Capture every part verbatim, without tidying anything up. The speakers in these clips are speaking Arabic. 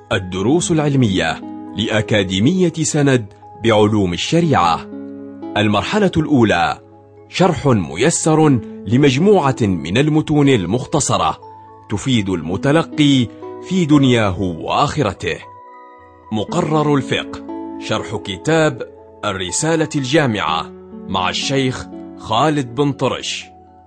الدروس العلمية لأكاديمية سند بعلوم الشريعة. المرحلة الأولى: شرح ميسر لمجموعة من المتون المختصرة تفيد المتلقي في دنياه وآخرته. مقرر الفقه، شرح كتاب الرسالة الجامعة مع الشيخ خالد بن طرش.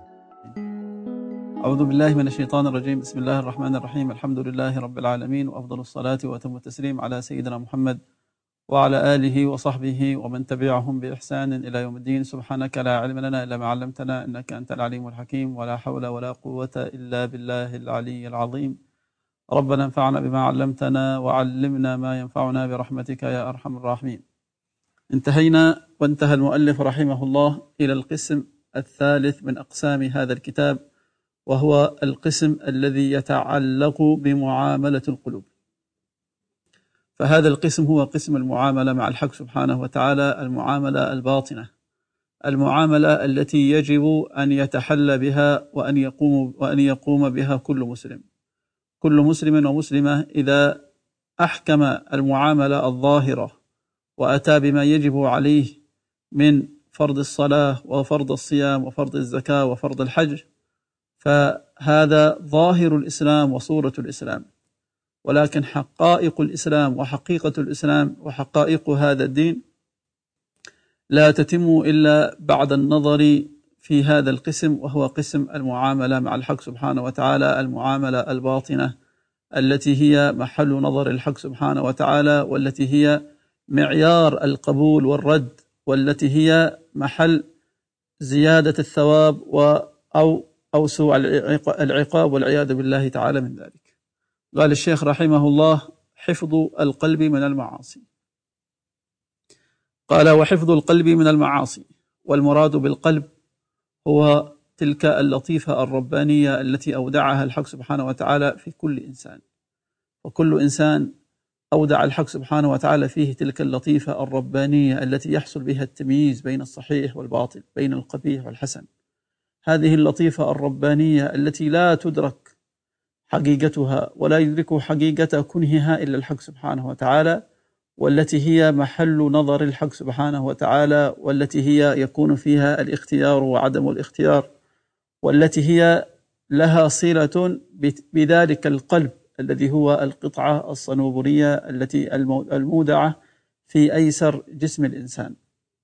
أعوذ بالله من الشيطان الرجيم. بسم الله الرحمن الرحيم. الحمد لله رب العالمين، وأفضل الصلاة وأتم التسليم على سيدنا محمد وعلى آله وصحبه ومن تبعهم بإحسان إلى يوم الدين. سبحانك لا علم لنا إلا ما علمتنا إنك أنت العليم الحكيم، ولا حول ولا قوة إلا بالله العلي العظيم. ربنا انفعنا بما علمتنا وعلمنا ما ينفعنا برحمتك يا أرحم الراحمين. انتهينا وانتهى المؤلف رحمه الله إلى القسم الثالث من أقسام هذا الكتاب، وهو القسم الذي يتعلق بمعاملة القلوب. فهذا القسم هو قسم المعاملة مع الحق سبحانه وتعالى، المعاملة الباطنة، المعاملة التي يجب أن يتحلى بها وأن يقوم, وأن يقوم بها كل مسلم. كل مسلم ومسلمة إذا أحكم المعاملة الظاهرة وأتى بما يجب عليه من فرض الصلاة وفرض الصيام وفرض الزكاة وفرض الحج، فهذا ظاهر الإسلام وصورة الإسلام. ولكن حقائق الإسلام وحقيقة الإسلام وحقائق هذا الدين لا تتم إلا بعد النظر في هذا القسم، وهو قسم المعاملة مع الحق سبحانه وتعالى، المعاملة الباطنة التي هي محل نظر الحق سبحانه وتعالى، والتي هي معيار القبول والرد، والتي هي محل زيادة الثواب أو أو سوء العقاب والعياذ بالله تعالى من ذلك. قال الشيخ رحمه الله: حفظ القلب من المعاصي. قال: وحفظ القلب من المعاصي، والمراد بالقلب هو تلك اللطيفة الربانية التي أودعها الحق سبحانه وتعالى في كل إنسان، وكل إنسان أودع الحق سبحانه وتعالى فيه تلك اللطيفة الربانية التي يحصل بها التمييز بين الصحيح والباطل، بين القبيح والحسن. هذه اللطيفة الربانية التي لا تدرك حقيقتها ولا يدرك حقيقة كنهها إلا الحق سبحانه وتعالى، والتي هي محل نظر الحق سبحانه وتعالى، والتي هي يكون فيها الاختيار وعدم الاختيار، والتي هي لها صلة بذلك القلب الذي هو القطعة الصنوبرية التي المودعة في أيسر جسم الإنسان.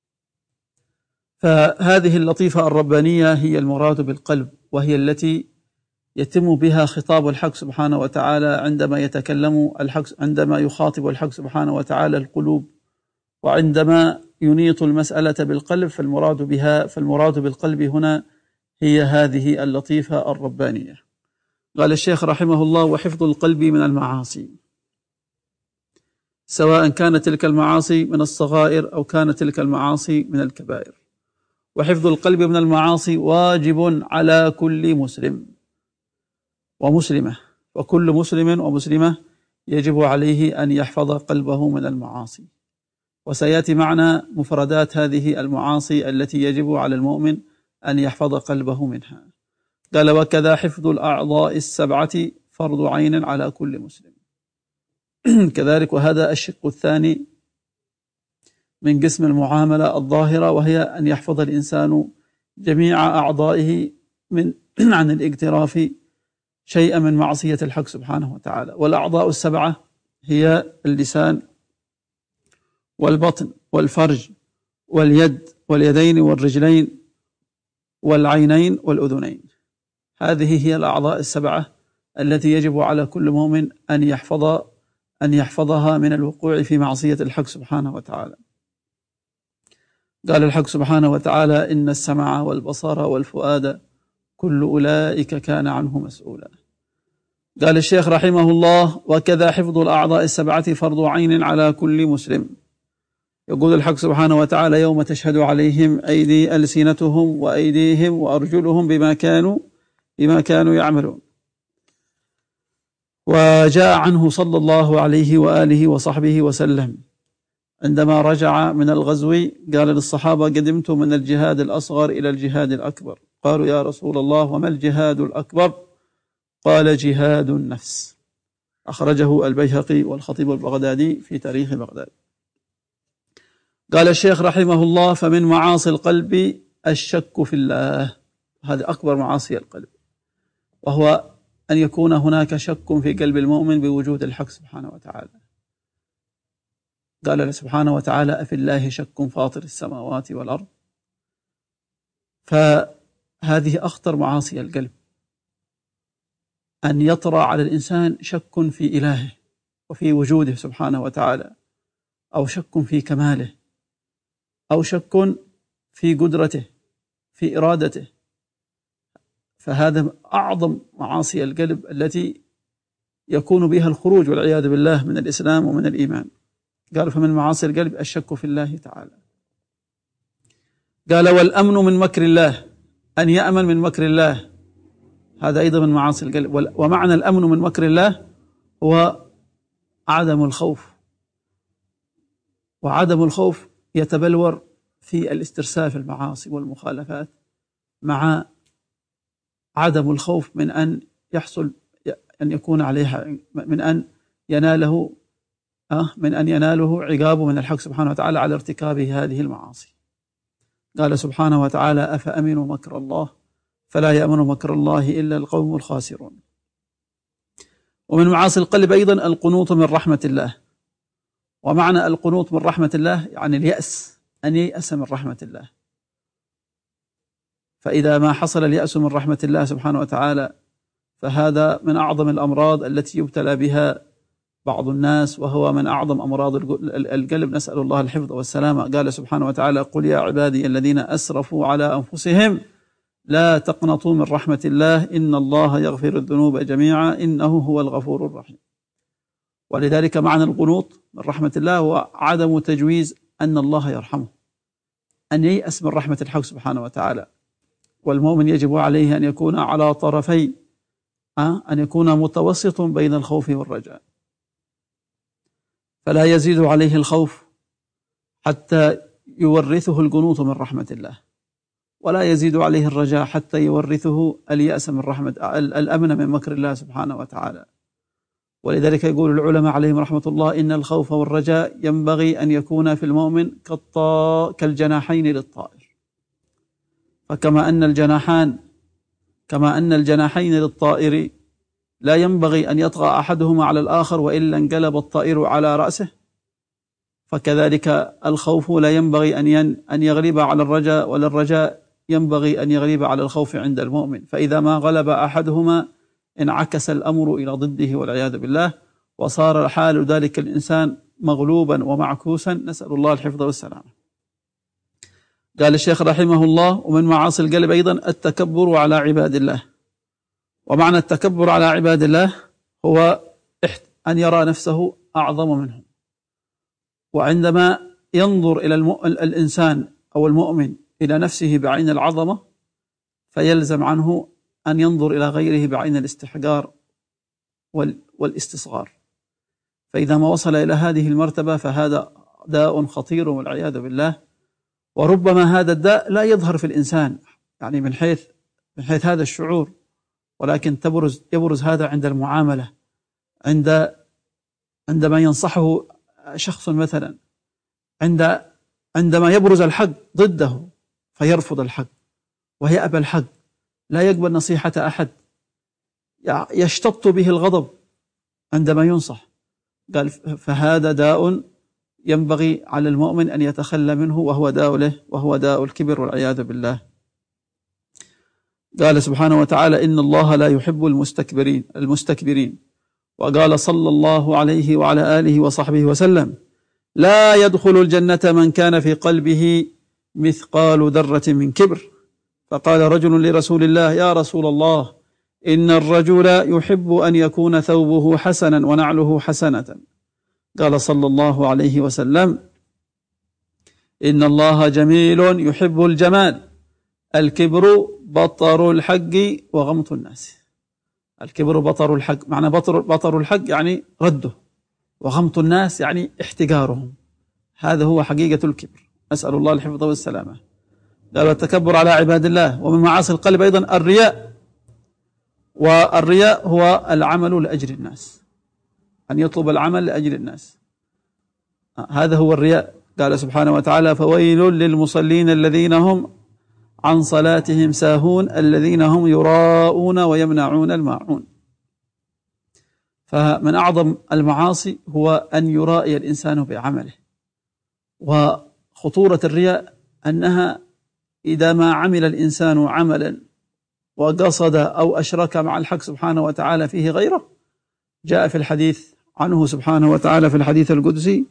فهذه اللطيفة الربانية هي المراد بالقلب، وهي التي يتم بها خطاب الحق سبحانه وتعالى عندما يتكلم الحق، عندما يخاطب الحق سبحانه وتعالى القلوب، وعندما ينيط المسألة بالقلب، فالمراد بها فالمراد بالقلب هنا هي هذه اللطيفة الربانية. قال الشيخ رحمه الله: وحفظ القلب من المعاصي، سواء كانت تلك المعاصي من الصغائر أو كانت تلك المعاصي من الكبائر. وحفظ القلب من المعاصي واجب على كل مسلم ومسلمة، وكل مسلم ومسلمة يجب عليه أن يحفظ قلبه من المعاصي. وسيأتي معنا مفردات هذه المعاصي التي يجب على المؤمن أن يحفظ قلبه منها. قال: وكذا حفظ الأعضاء السبعة فرض عين على كل مسلم. كذلك، وهذا الشق الثاني من قسم المعاملة الظاهرة، وهي أن يحفظ الإنسان جميع أعضائه من عن الاقتراف شيئا من معصية الحق سبحانه وتعالى. والأعضاء السبعة هي اللسان والبطن والفرج واليد واليدين والرجلين والعينين والأذنين. هذه هي الأعضاء السبعة التي يجب على كل مؤمن أن يحفظ أن يحفظها من الوقوع في معصية الحق سبحانه وتعالى. قال الحق سبحانه وتعالى: إن السمع والبصر والفؤاد كل أولئك كان عنه مسؤولا. قال الشيخ رحمه الله: وكذا حفظ الأعضاء السبعة فرض عين على كل مسلم. يقول الحق سبحانه وتعالى: يوم تشهد عليهم أيدي ألسنتهم وأيديهم وأرجلهم بما كانوا بما كانوا يعملون. وجاء عنه صلى الله عليه وآله وصحبه وسلم عندما رجع من الغزو قال للصحابة: قدمت من الجهاد الأصغر إلى الجهاد الأكبر. قالوا: يا رسول الله، وما الجهاد الأكبر؟ قال: جهاد النفس. أخرجه البيهقي والخطيب البغدادي في تاريخ بغداد. قال الشيخ رحمه الله: فمن معاصي القلب الشك في الله، هذا أكبر معاصي القلب، وهو أن يكون هناك شك في قلب المؤمن بوجود الحق سبحانه وتعالى. قال سبحانه وتعالى: أفي الله شك فاطر السماوات والأرض. فهذه أخطر معاصي القلب، أن يطرأ على الإنسان شك في إلهه وفي وجوده سبحانه وتعالى، أو شك في كماله، أو شك في قدرته، في إرادته. فهذا أعظم معاصي القلب التي يكون بها الخروج والعياذ بالله من الإسلام ومن الإيمان. قال: فمن معاصي القلب الشك في الله تعالى. قال: والأمن من مكر الله، أن يأمن من مكر الله، هذا أيضا من معاصي القلب. ومعنى الأمن من مكر الله هو عدم الخوف، وعدم الخوف يتبلور في الاسترسال في المعاصي والمخالفات، مع عدم الخوف من أن يحصل أن يكون عليها، من أن يناله أه من أن يناله عقابه من الحق سبحانه وتعالى على ارتكابه هذه المعاصي. قال سبحانه وتعالى: أفأمنوا مكر الله فلا يأمن مكر الله إلا القوم الخاسرون. ومن معاصي القلب أيضا القنوط من رحمة الله. ومعنى القنوط من رحمة الله يعني اليأس، أن ييأس من رحمة الله. فإذا ما حصل اليأس من رحمة الله سبحانه وتعالى فهذا من أعظم الأمراض التي يبتلى بها بعض الناس، وهو من أعظم أمراض القلب، نسأل الله الحفظ والسلامة. قال سبحانه وتعالى: قل يا عبادي الذين أسرفوا على أنفسهم لا تقنطوا من رحمة الله إن الله يغفر الذنوب جميعا إنه هو الغفور الرحيم. ولذلك معنى القنوط من رحمة الله هو عدم تجويز أن الله يرحمه، أن ييأس من رحمة الحق سبحانه وتعالى. والمؤمن يجب عليه أن يكون على طرفي، أن يكون متوسط بين الخوف والرجاء، فلا يزيد عليه الخوف حتى يورثه القنوط من رحمة الله، ولا يزيد عليه الرجاء حتى يورثه اليأس من رحمة الأمن من مكر الله سبحانه وتعالى. ولذلك يقول العلماء عليهم رحمة الله: إن الخوف والرجاء ينبغي أن يكون في المؤمن كالجناحين للطائر. فكما أن الجناحان كما أن الجناحين للطائر لا ينبغي أن يطغى أحدهما على الآخر وإلا انقلب الطائر على رأسه، فكذلك الخوف لا ينبغي أن أن يغلب على الرجاء، ولا الرجاء ينبغي أن يغلب على الخوف عند المؤمن. فإذا ما غلب أحدهما انعكس الأمر إلى ضده والعياذ بالله، وصار حال ذلك الإنسان مغلوبا ومعكوسا، نسأل الله الحفظ والسلامة. قال الشيخ رحمه الله: ومن معاصي القلب أيضا التكبر على عباد الله. ومعنى التكبر على عباد الله هو أن يرى نفسه أعظم منهم. وعندما ينظر إلى الإنسان أو المؤمن إلى نفسه بعين العظمة، فيلزم عنه أن ينظر إلى غيره بعين الاستحقار والاستصغار. فإذا ما وصل إلى هذه المرتبة فهذا داء خطير والعياذ بالله. وربما هذا الداء لا يظهر في الإنسان يعني من حيث من حيث هذا الشعور، ولكن تبرز يبرز هذا عند المعاملة، عند عندما ينصحه شخص مثلا، عند عندما يبرز الحق ضده فيرفض الحق ويأبى الحق، لا يقبل نصيحة أحد، يشتط به الغضب عندما ينصح. قال: فهذا داء ينبغي على المؤمن أن يتخلى منه، وهو داء له، وهو داء الكبر والعياذ بالله. قال سبحانه وتعالى: إن الله لا يحب المستكبرين المستكبرين وقال صلى الله عليه وعلى آله وصحبه وسلم: لا يدخل الجنة من كان في قلبه مثقال ذرة من كبر. فقال رجل لرسول الله: يا رسول الله، إن الرجل يحب أن يكون ثوبه حسنا ونعله حسنة. قال صلى الله عليه وسلم: إن الله جميل يحب الجمال، الكبر بطر الحق وغمط الناس. الكبر بطر الحق، معنى بطر, بطر الحق يعني رده، وغمط الناس يعني احتقارهم. هذا هو حقيقة الكبر، أسأل الله الحفظ والسلامة. قال: التكبر على عباد الله. ومن معاصي القلب أيضا الرياء. والرياء هو العمل لأجل الناس، أن يطلب العمل لأجل الناس. هذا هو الرياء. قال سبحانه وتعالى: فويل للمصلين الذين هم عن صلاتهم ساهون الذين هم يراءون ويمنعون الماعون. فمن أعظم المعاصي هو أن يرائي الإنسان بعمله. وخطورة الرياء أنها إذا ما عمل الإنسان عملا وقصد أو أشرك مع الحق سبحانه وتعالى فيه غيره، جاء في الحديث عنه سبحانه وتعالى في الحديث القدسي: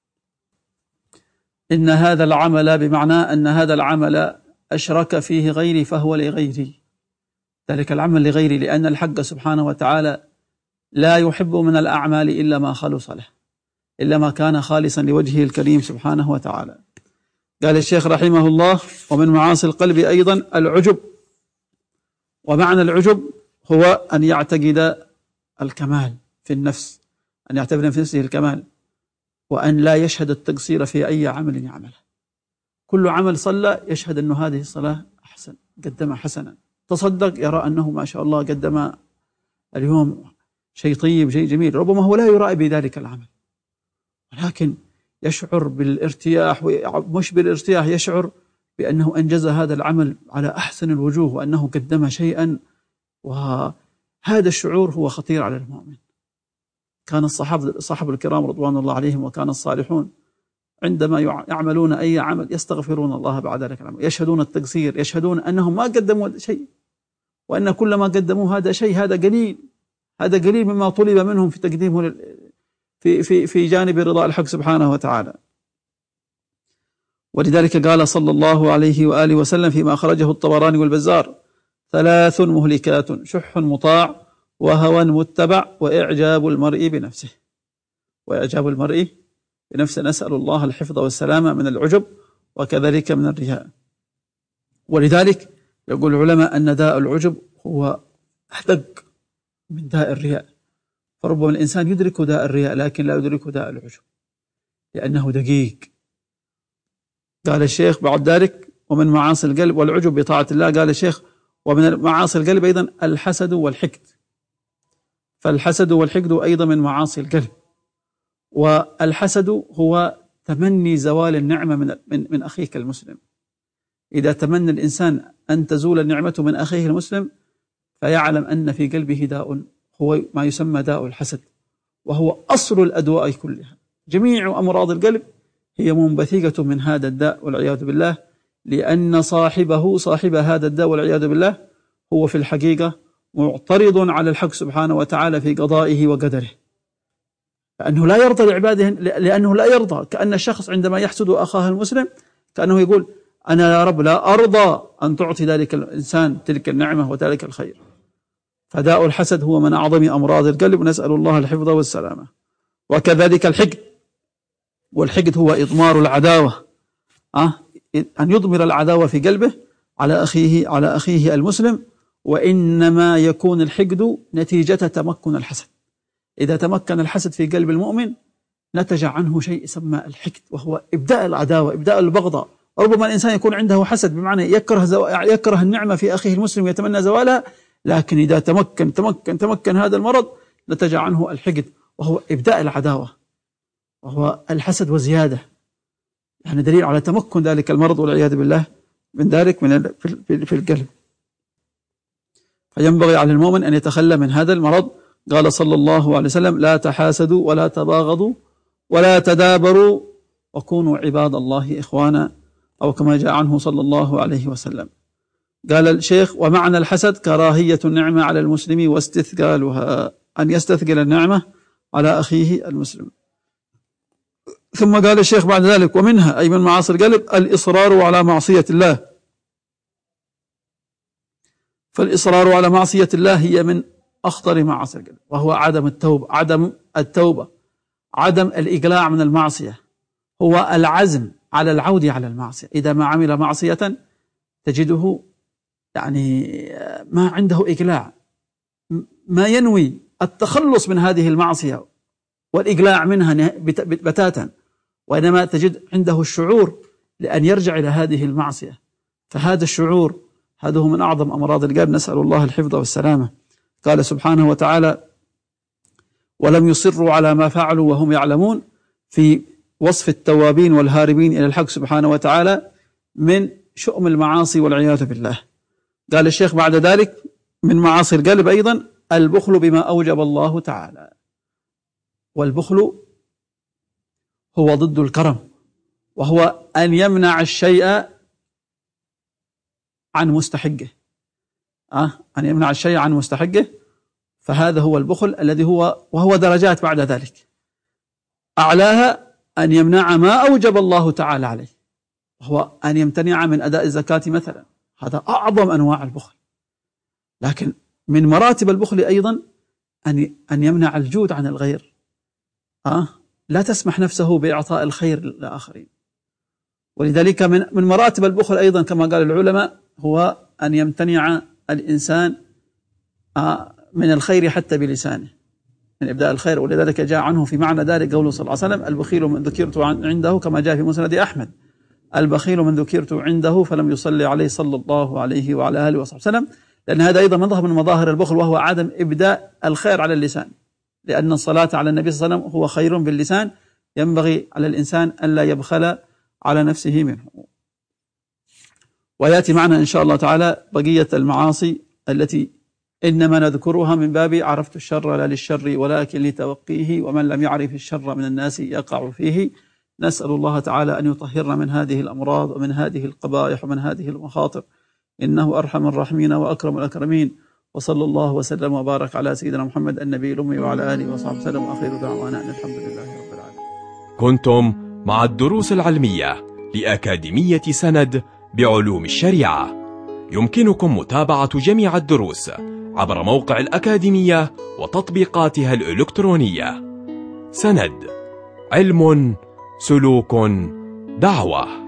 إن هذا العمل، بمعنى أن هذا العمل أشرك فيه غيري فهو لغيري، ذلك العمل لغيري، لأن الحق سبحانه وتعالى لا يحب من الأعمال إلا ما خلص له، إلا ما كان خالصا لوجهه الكريم سبحانه وتعالى. قال الشيخ رحمه الله: ومن معاصي القلب أيضا العجب. ومعنى العجب هو أن يعتقد الكمال في النفس، أن يعتبر في نفسه الكمال، وأن لا يشهد التقصير في أي عمل يعمله. كل عمل صلى يشهد أن هذه الصلاة أحسن، قدم حسنا. تصدق يرى أنه ما شاء الله قدم اليوم شيء طيب، شيء جميل. ربما هو لا يرائي بذلك العمل، ولكن يشعر بالارتياح، ومش بالارتياح، يشعر بأنه أنجز هذا العمل على أحسن الوجوه، وأنه قدم شيئا. وهذا الشعور هو خطير على المؤمن. كان الصحابة الصحابة الكرام رضوان الله عليهم وكان الصالحون عندما يعملون أي عمل يستغفرون الله بعد ذلك العمل، يشهدون التقصير، يشهدون أنهم ما قدموا شيء، وأن كل ما قدموا هذا شيء، هذا قليل، هذا قليل مما طلب منهم في تقديمه في في في جانب رضا الحق سبحانه وتعالى. ولذلك قال صلى الله عليه وآله وسلم فيما أخرجه الطبراني والبزار: ثلاث مهلكات: شح مطاع، وهوى متبع، وإعجاب المرء بنفسه. وإعجاب المرء بنفسه، نسأل الله الحفظ والسلامة من العجب وكذلك من الرياء. ولذلك يقول العلماء أن داء العجب هو أدق من داء الرياء. فربما الإنسان يدرك داء الرياء لكن لا يدرك داء العجب لأنه دقيق. قال الشيخ بعد ذلك: ومن معاصي القلب والعجب بطاعة الله. قال الشيخ: ومن معاصي القلب أيضا الحسد والحقد. فالحسد والحقد أيضا من معاصي القلب. والحسد هو تمني زوال النعمة من من من أخيك المسلم. إذا تمنى الإنسان أن تزول النعمة من أخيه المسلم فيعلم أن في قلبه داء هو ما يسمى داء الحسد، وهو أصل الأدواء كلها. جميع أمراض القلب هي منبثقة من هذا الداء والعياذ بالله، لأن صاحبه صاحب هذا الداء والعياذ بالله هو في الحقيقة معترض على الحق سبحانه وتعالى في قضائه وقدره، لأنه لا يرضى لعباده، لأنه لا يرضى. كأن الشخص عندما يحسد أخاه المسلم كأنه يقول: أنا يا رب لا أرضى أن تعطي ذلك الإنسان تلك النعمة وذلك الخير. فداء الحسد هو من أعظم أمراض القلب، نسأل الله الحفظ والسلامة. وكذلك الحقد. والحقد هو إضمار العداوة، أه؟ أن يضمر العداوة في قلبه على أخيه على أخيه المسلم. وإنما يكون الحقد نتيجة تمكن الحسد. إذا تمكن الحسد في قلب المؤمن نتج عنه شيء يسمى الحقد، وهو إبداء العداوة، إبداء البغضاء. ربما الإنسان يكون عنده حسد بمعنى يكره زو... يكره النعمة في أخيه المسلم ويتمنى زوالها، لكن إذا تمكن تمكن تمكن هذا المرض نتج عنه الحقد، وهو إبداء العداوة، وهو الحسد وزيادة، يعني دليل على تمكن ذلك المرض والعياذ بالله من ذلك من في القلب. فينبغي على المؤمن أن يتخلى من هذا المرض. قال صلى الله عليه وسلم: لا تحاسدوا ولا تباغضوا ولا تدابروا وكونوا عباد الله إخوانا، أو كما جاء عنه صلى الله عليه وسلم. قال الشيخ: ومعنى الحسد كراهية النعمة على المسلم واستثقالها، أن يستثقل النعمة على أخيه المسلم. ثم قال الشيخ بعد ذلك: ومنها أي من معاصي القلب الإصرار على معصية الله. فالإصرار على معصية الله هي من أخطر معاصي القلب، وهو عدم التوبة عدم التوبة عدم الإقلاع من المعصية، هو العزم على العود على المعصية. إذا ما عمل معصية تجده يعني ما عنده إقلاع، ما ينوي التخلص من هذه المعصية والإقلاع منها بتاتا، وإنما تجد عنده الشعور لأن يرجع إلى هذه المعصية. فهذا الشعور هذا هو من أعظم أمراض القلب، نسأل الله الحفظ والسلامة. قال سبحانه وتعالى: ولم يصروا على ما فعلوا وهم يعلمون، في وصف التوابين والهاربين إلى الحق سبحانه وتعالى من شؤم المعاصي والعياذ بالله. قال الشيخ بعد ذلك من معاصي القلب أيضا البخل بما أوجب الله تعالى. والبخل هو ضد الكرم، وهو أن يمنع الشيء عن مستحقه. أه؟ أن يمنع الشيء عن مستحقه، فهذا هو البخل الذي هو وهو درجات بعد ذلك. أعلاها أن يمنع ما أوجب الله تعالى عليه، وهو أن يمتنع من أداء الزكاة مثلا، هذا أعظم أنواع البخل. لكن من مراتب البخل أيضا أن أن يمنع الجود عن الغير. أه؟ لا تسمح نفسه بإعطاء الخير للآخرين. ولذلك من من مراتب البخل أيضا كما قال العلماء هو أن يمتنع الإنسان من الخير حتى بلسانه، من إبداء الخير. ولذلك جاء عنه في معنى ذلك قوله صلى الله عليه وسلم: البخيل من ذكرت عنده، كما جاء في مسند أحمد: البخيل من ذكرت عنده فلم يصلي عليه صلى الله عليه وعلى آله وصحبه وسلم. لأن هذا أيضا مظهر من مظاهر البخل، وهو عدم إبداء الخير على اللسان، لأن الصلاة على النبي صلى الله عليه وسلم هو خير باللسان، ينبغي على الإنسان أن لا يبخل على نفسه منه. ويأتي معنا إن شاء الله تعالى بقية المعاصي التي إنما نذكرها من باب عرفت الشر لا للشر ولكن لتوقيه، ومن لم يعرف الشر من الناس يقع فيه. نسأل الله تعالى أن يطهرنا من هذه الأمراض ومن هذه القبائح ومن هذه المخاطر، إنه أرحم الراحمين وأكرم الأكرمين. وصلى الله وسلم وبارك على سيدنا محمد النبي الأمي وعلى آله وصحبه وسلم، وآخر دعوانا أن الحمد لله رب العالمين. كنتم مع الدروس العلمية لأكاديمية سند بعلوم الشريعة. يمكنكم متابعة جميع الدروس عبر موقع الأكاديمية وتطبيقاتها الإلكترونية. سند، علم، سلوك، دعوة.